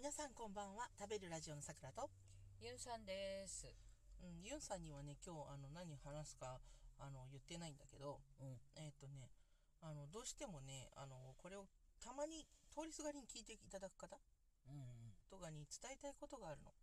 皆さんこんばんは。食べるラジオのさくらとユンさんです。 ユンさんにはね、今日何話すか言ってないんだけど、 うん。 どうしてもね、これをたまに通りすがりに聞いていただく方うんうん。 とかに伝えたいことがあるの。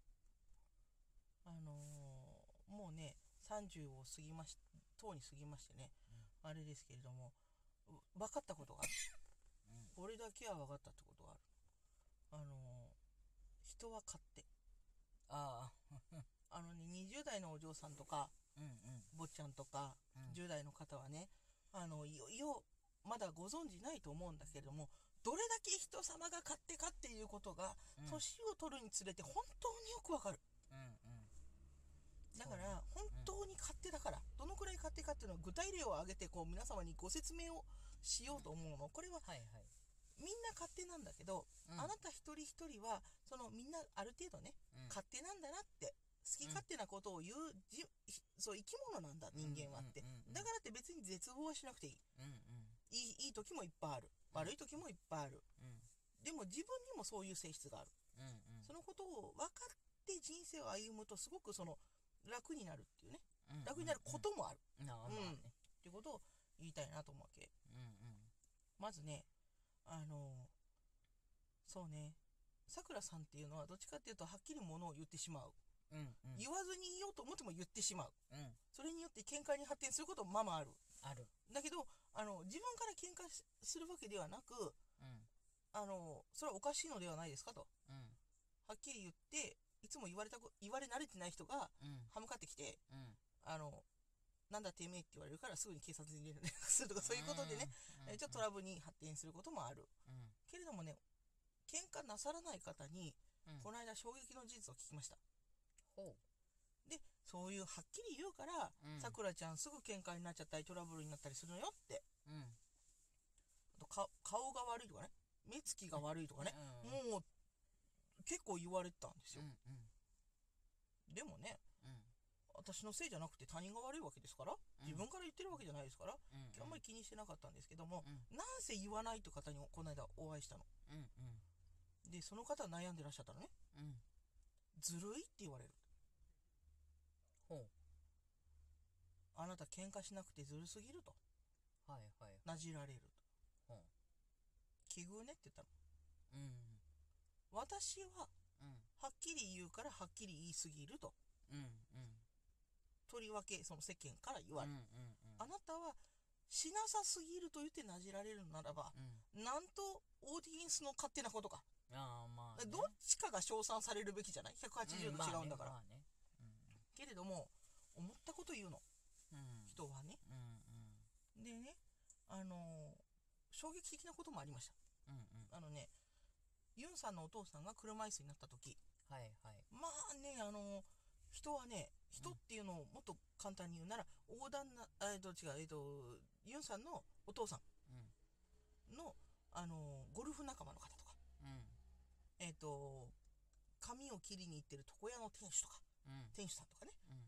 もうね、30を過ぎましとうに過ぎましてね、あれですけれども、分かったことがある。これだけは分かったってことがある。あの人は勝手。 ああ。 20代のお嬢さんとかうんうん。 坊ちゃんとかうん 10代の方はね、いよいよまだご存知ないと思うんだけれども、どれだけ人様が勝手かっていうことがうん年を取るにつれて本当によくわかる。 うんうん。 だから本当に勝手だから、どのくらい勝手かっていうのは具体例を挙げてこう皆様にご説明をしようと思うの。これははいはい。 みんな勝手なんだけど、 うんあなた一人一人はそのみんなある程度ね、 うん勝手なんだなって、好き勝手なことを言うそう生き物なんだ人間はって、 うんうんうんうんだからって別に絶望はしなくていい。 うんうんいい時もいっぱいある、悪い時もいっぱいある。 うんでも自分にもそういう性質がある。 うんうんそのことを分かって人生を歩むとすごく楽になるっていうね、 うん楽になることもある、 なあまあね。 っていうことを言いたいなと思うわけ。 うんまずね、そうね、さくらさんっていうのはどっちかっていうとはっきりものを言ってしまう。 うんうんうん言わずに言おうと思っても言ってしまう。 うん。 それによって喧嘩に発展することもまあまあある。 ある。 だけど自分から喧嘩するわけではなく、 うんそれはおかしいのではないですかとうんはっきり言って、いつも言われ慣れてない人がうん歯向かってきて、 うんなんだてめえって言われるからすぐに警察に連絡するとか、そういうことでね、ちょっとトラブルに発展することもある。けれどもね、喧嘩なさらない方に、 うん。 この間衝撃の事実を聞きました。 ほで、そういうはっきり言うから、 うんさくらちゃんすぐ喧嘩になっちゃったりトラブルになったりするのよって。 う。うんあと顔が悪いとかね、目つきが悪いとかね、 うんもう結構言われてたんですよ。 うんうんでもね、 うん私のせいじゃなくて他人が悪いわけですから、自分から言ってるわけじゃないですから、 うんあんまり気にしてなかったんですけども、 うんなんせ言わないという方にこの間お会いしたの。 うんうんで、その方は悩んでらっしゃったのね。 うんずるいって言われる。 ほう。 あなた喧嘩しなくてずるすぎると。 はいはい。 なじられると。 ほう。 奇遇ねって言ったの。 うん私はうんはっきり言うからはっきり言いすぎると。 うんうんとりわけその世間から言われる。 うんあなたはしなさすぎると言ってなじられるならば、なんとオーディエンスの勝手なことか。 ああまあね。 どっちかが称賛されるべきじゃない？ 180 度違うんだから。 まあね。 けれども、思ったこと言うの。 うん人はね。 うんでね、衝撃的なこともありました。 うんうんユンさんのお父さんが車椅子になった時、 はいはい。 まあね、人はね、人っていうのをもっと簡単に言うなら、横断な、ユンさんのお父さうんんの、ゴルフ仲間の方とか、 うん髪を切りに行ってる床屋の店主とか、 うん店主さんとかね、 うん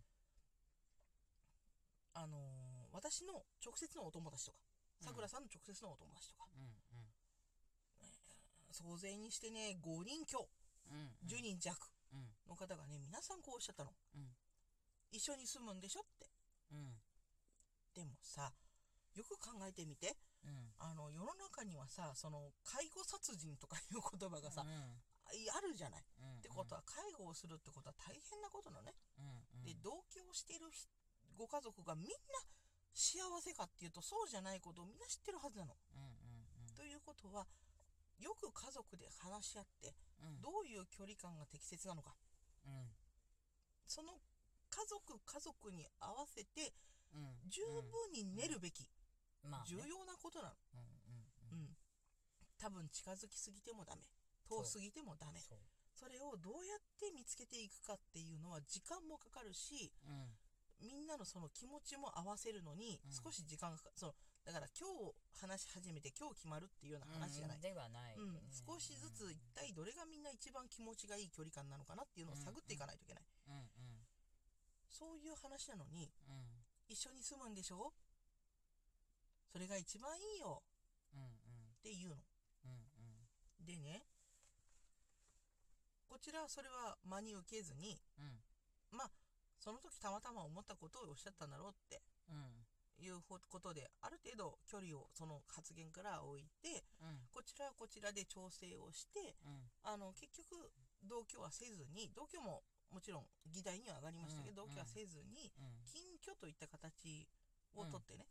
私の直接のお友達とか、さくらさんの直接のお友達とか、 うん総勢にしてね、5人強、 うん 10人弱うんの方がね、皆さんこうおっしゃったの。 うん一緒に住むんでしょって。 うんでもさ、よく考えてみて、世の中にはさ、その介護殺人とかいう言葉がさ、あるじゃない。ってことは、介護をするってことは大変なことなのね。で、同居してるご家族がみんな幸せかっていうと、そうじゃないことをみんな知ってるはずなの。ということは、よく家族で話し合って、どういう距離感が適切なのか。その家族に合わせて十分に練るべき、重要なことなの。多分近づきすぎてもダメ、遠すぎてもダメ。それをどうやって見つけていくかっていうのは時間もかかるし、みんなのその気持ちも合わせるのに少し時間がかかる。だから今日話し始めて今日決まるっていうような話じゃない。 ではない。 少しずつ一体どれがみんな一番気持ちがいい距離感なのかなっていうのを探っていかないといけない。そういう話なのに、一緒に住むんでしょ、それが一番いいよっていうの。でね、 ちらはそれは真に受けずに、まあその時たまたま思ったことをおっしゃったんだろうっていうことで、ある程度距離をその発言から置いて、こちらはこちらで調整をして、結局同居はせずに、同居ももちろん議題には上がりましたけど、同居はせずに近居といった形をとってね、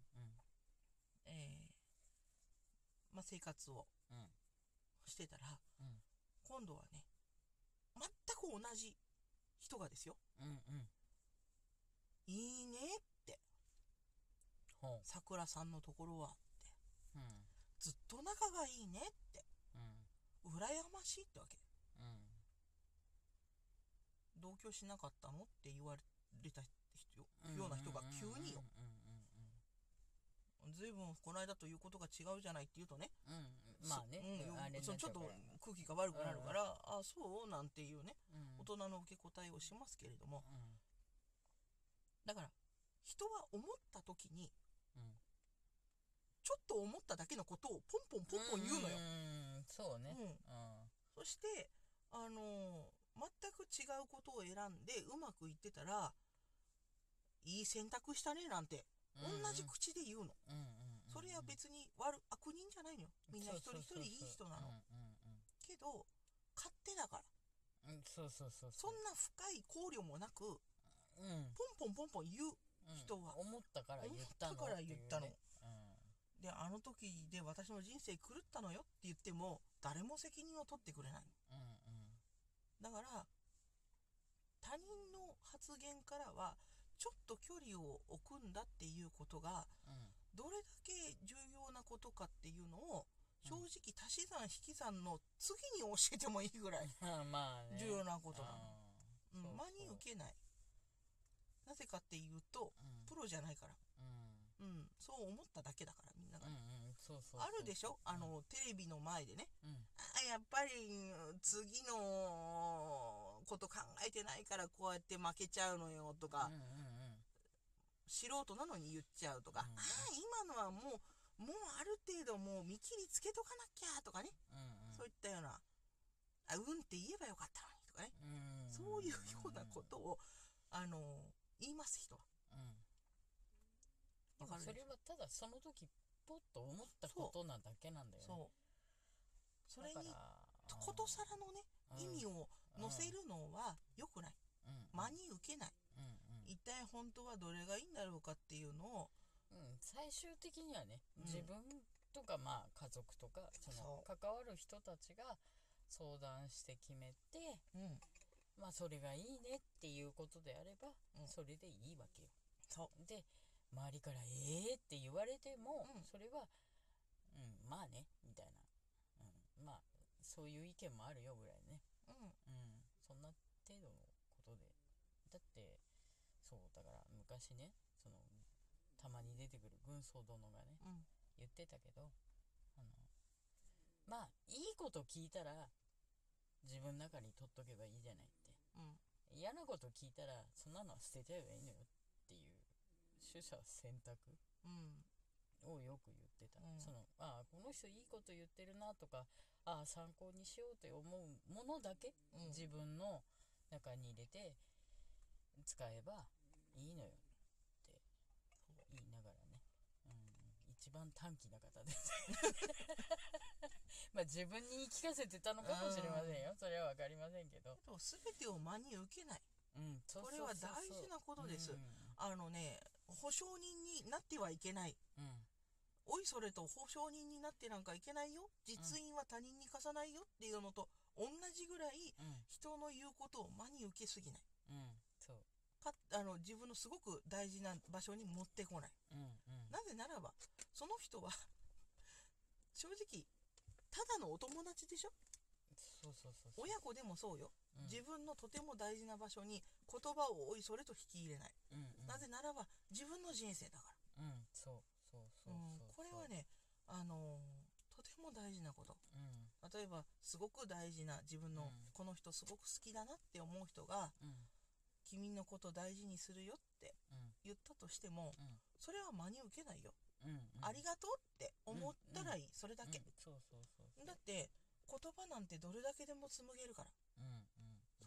まあ、生活をしてたら、今度はね、全く同じ人がですよ、いいねって、さくらさんのところはって、ずっと仲がいいねって、羨ましいってわけ。同居しなかったのって言われたような人が急によ、ずいぶんこの間ということが違うじゃないって言うとね、 まあね、 ちょっと空気が悪くなるから、あ、そうなんていうね、大人の受け答えをしますけれども、だから人は思った時に、ちょっと思っただけのことをポンポン言うのよ。 そうね。 そして全く違うことを選んでうまくいってたら、いい選択したねなんて同じ口で言うの。それは別に悪人じゃないのよ。みんな一人一人いい人なの。けど勝手だから、そんな深い考慮もなく、ポンポン言う人は、 思ったから言ったの。 で、あの時で私の人生狂ったのよって言っても誰も責任を取ってくれない。だから他人の発言からはちょっと距離を置くんだっていうことが、どれだけ重要なことかっていうのを正直足し算引き算の次に教えてもいいぐらい重要なことなの。真に受けない。なぜかっていうと、プロじゃないから、そう思っただけだから、みんながね。あるでしょ、テレビの前でね、やっぱり次のこと考えてないからこうやって負けちゃうのよとか、素人なのに言っちゃうとか、今のはもうある程度もう見切りつけとかなきゃとかね、そういったような、って言えばよかったのにとかね、そういうようなことを言います人は。 それはただその時ポッと思ったことなだけなんだよね。 それにことさらのね、意味を乗せるのは良くない。真に受けない。一体本当はどれがいいんだろうかっていうのを、 最終的にはね、自分とかまあ家族とかその関わる人たちが相談して決めて、まあそれがいいねっていうことであれば、それでいいわけよ。で周りからって言われても、それはまあねみたいな、まあそういう意見もあるよぐらいね、そんな程度のことで、だってそうだから昔ね、そのたまに出てくる軍曹殿がね、言ってたけど、まあいいこと聞いたら自分の中に取っとけばいいじゃないって、嫌なこと聞いたらそんなのは捨てちゃえばいいのよっていう、取捨選択をよく言ってた。この人いいこと言ってるなとか、参考にしようと思うものだけ、自分の中に入れて使えばいいのよって言いながらね、一番短気な方ですまあ自分に言い聞かせてたのかもしれませんよ、それは分かりませんけど。 全てを真に受けない、これは大事なことです。保証人になってはいけない、おいそれと保証人になってなんかいけないよ、実印は他人に貸さないよっていうのと同じぐらい、人の言うことを真に受けすぎない、自分のすごく大事な場所に持ってこない、なぜならばその人は正直ただのお友達でしょ。親子でもそうよ、自分のとても大事な場所に言葉をおいそれと引き入れない、なぜならば自分の人生だから、これはね、とても大事なこと、例えばすごく大事な自分の、この人すごく好きだなって思う人が、君のこと大事にするよって言ったとしても、それは真に受けないよ、ありがとうって思ったらいい、それだけ、だって言葉なんてどれだけでも紡げるから、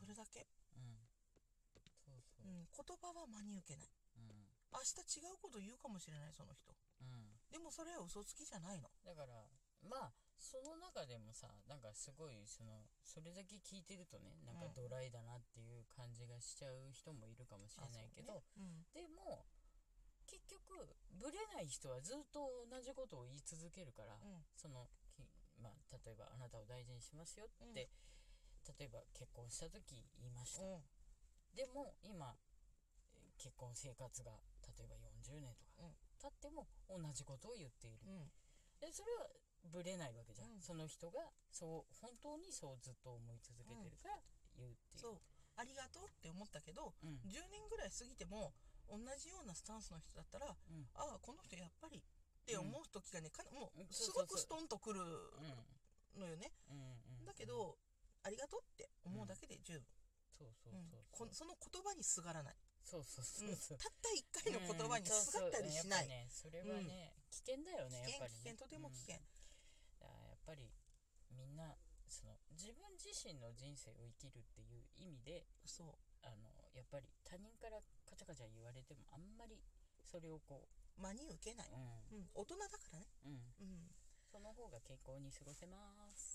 それだけ。 そうそう、 言葉は真に受けない。明日違うこと言うかもしれない、その人。でもそれは嘘つきじゃないの。 だからまあその中でもさ、なんかすごいそれだけ聞いてるとね、なんかドライだなっていう感じがしちゃう人もいるかもしれないけど、でも結局ブレない人はずっと同じことを言い続けるから、まあ、例えばあなたを大事にしますよって、例えば結婚した時言いました、でも今結婚生活が例えば40年とか経っても同じことを言っている、でそれはブレないわけじゃん、その人が本当にそうずっと思い続けてるから言うっていう、 そう、ありがとうって思ったけど、10年ぐらい過ぎても同じようなスタンスの人だったら、ああこの人やっぱりって思う時がね、もうすごくストンとくるのよね、だけどありがとうって思うだけで十分、その言葉にすがらない、たった一回の言葉にすがったりしない、 それはね、危険だよね、やっぱりね、 危険、とても危険。 やっぱりみんな自分自身の人生を生きるっていう意味で、やっぱり他人からカチャカチャ言われてもあんまりそれを真に受けない、大人だからね、 その方が健康に過ごせます。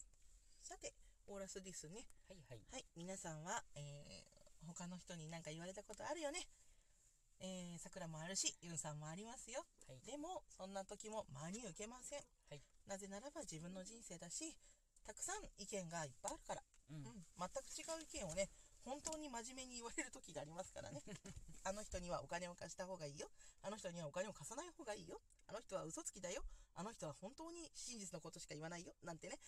さてオーラスですね。 はい、 皆さんは、他の人に何か言われたことあるよね。さくらもあるし、ユンさんもありますよ、でもそんな時も真に受けません、なぜならば自分の人生だし、たくさん意見がいっぱいあるから、全く違う意見をね、本当に真面目に言われる時がありますからねあの人にはお金を貸した方がいいよ、あの人にはお金を貸さない方がいいよ、あの人は嘘つきだよ、あの人は本当に真実のことしか言わないよなんてね、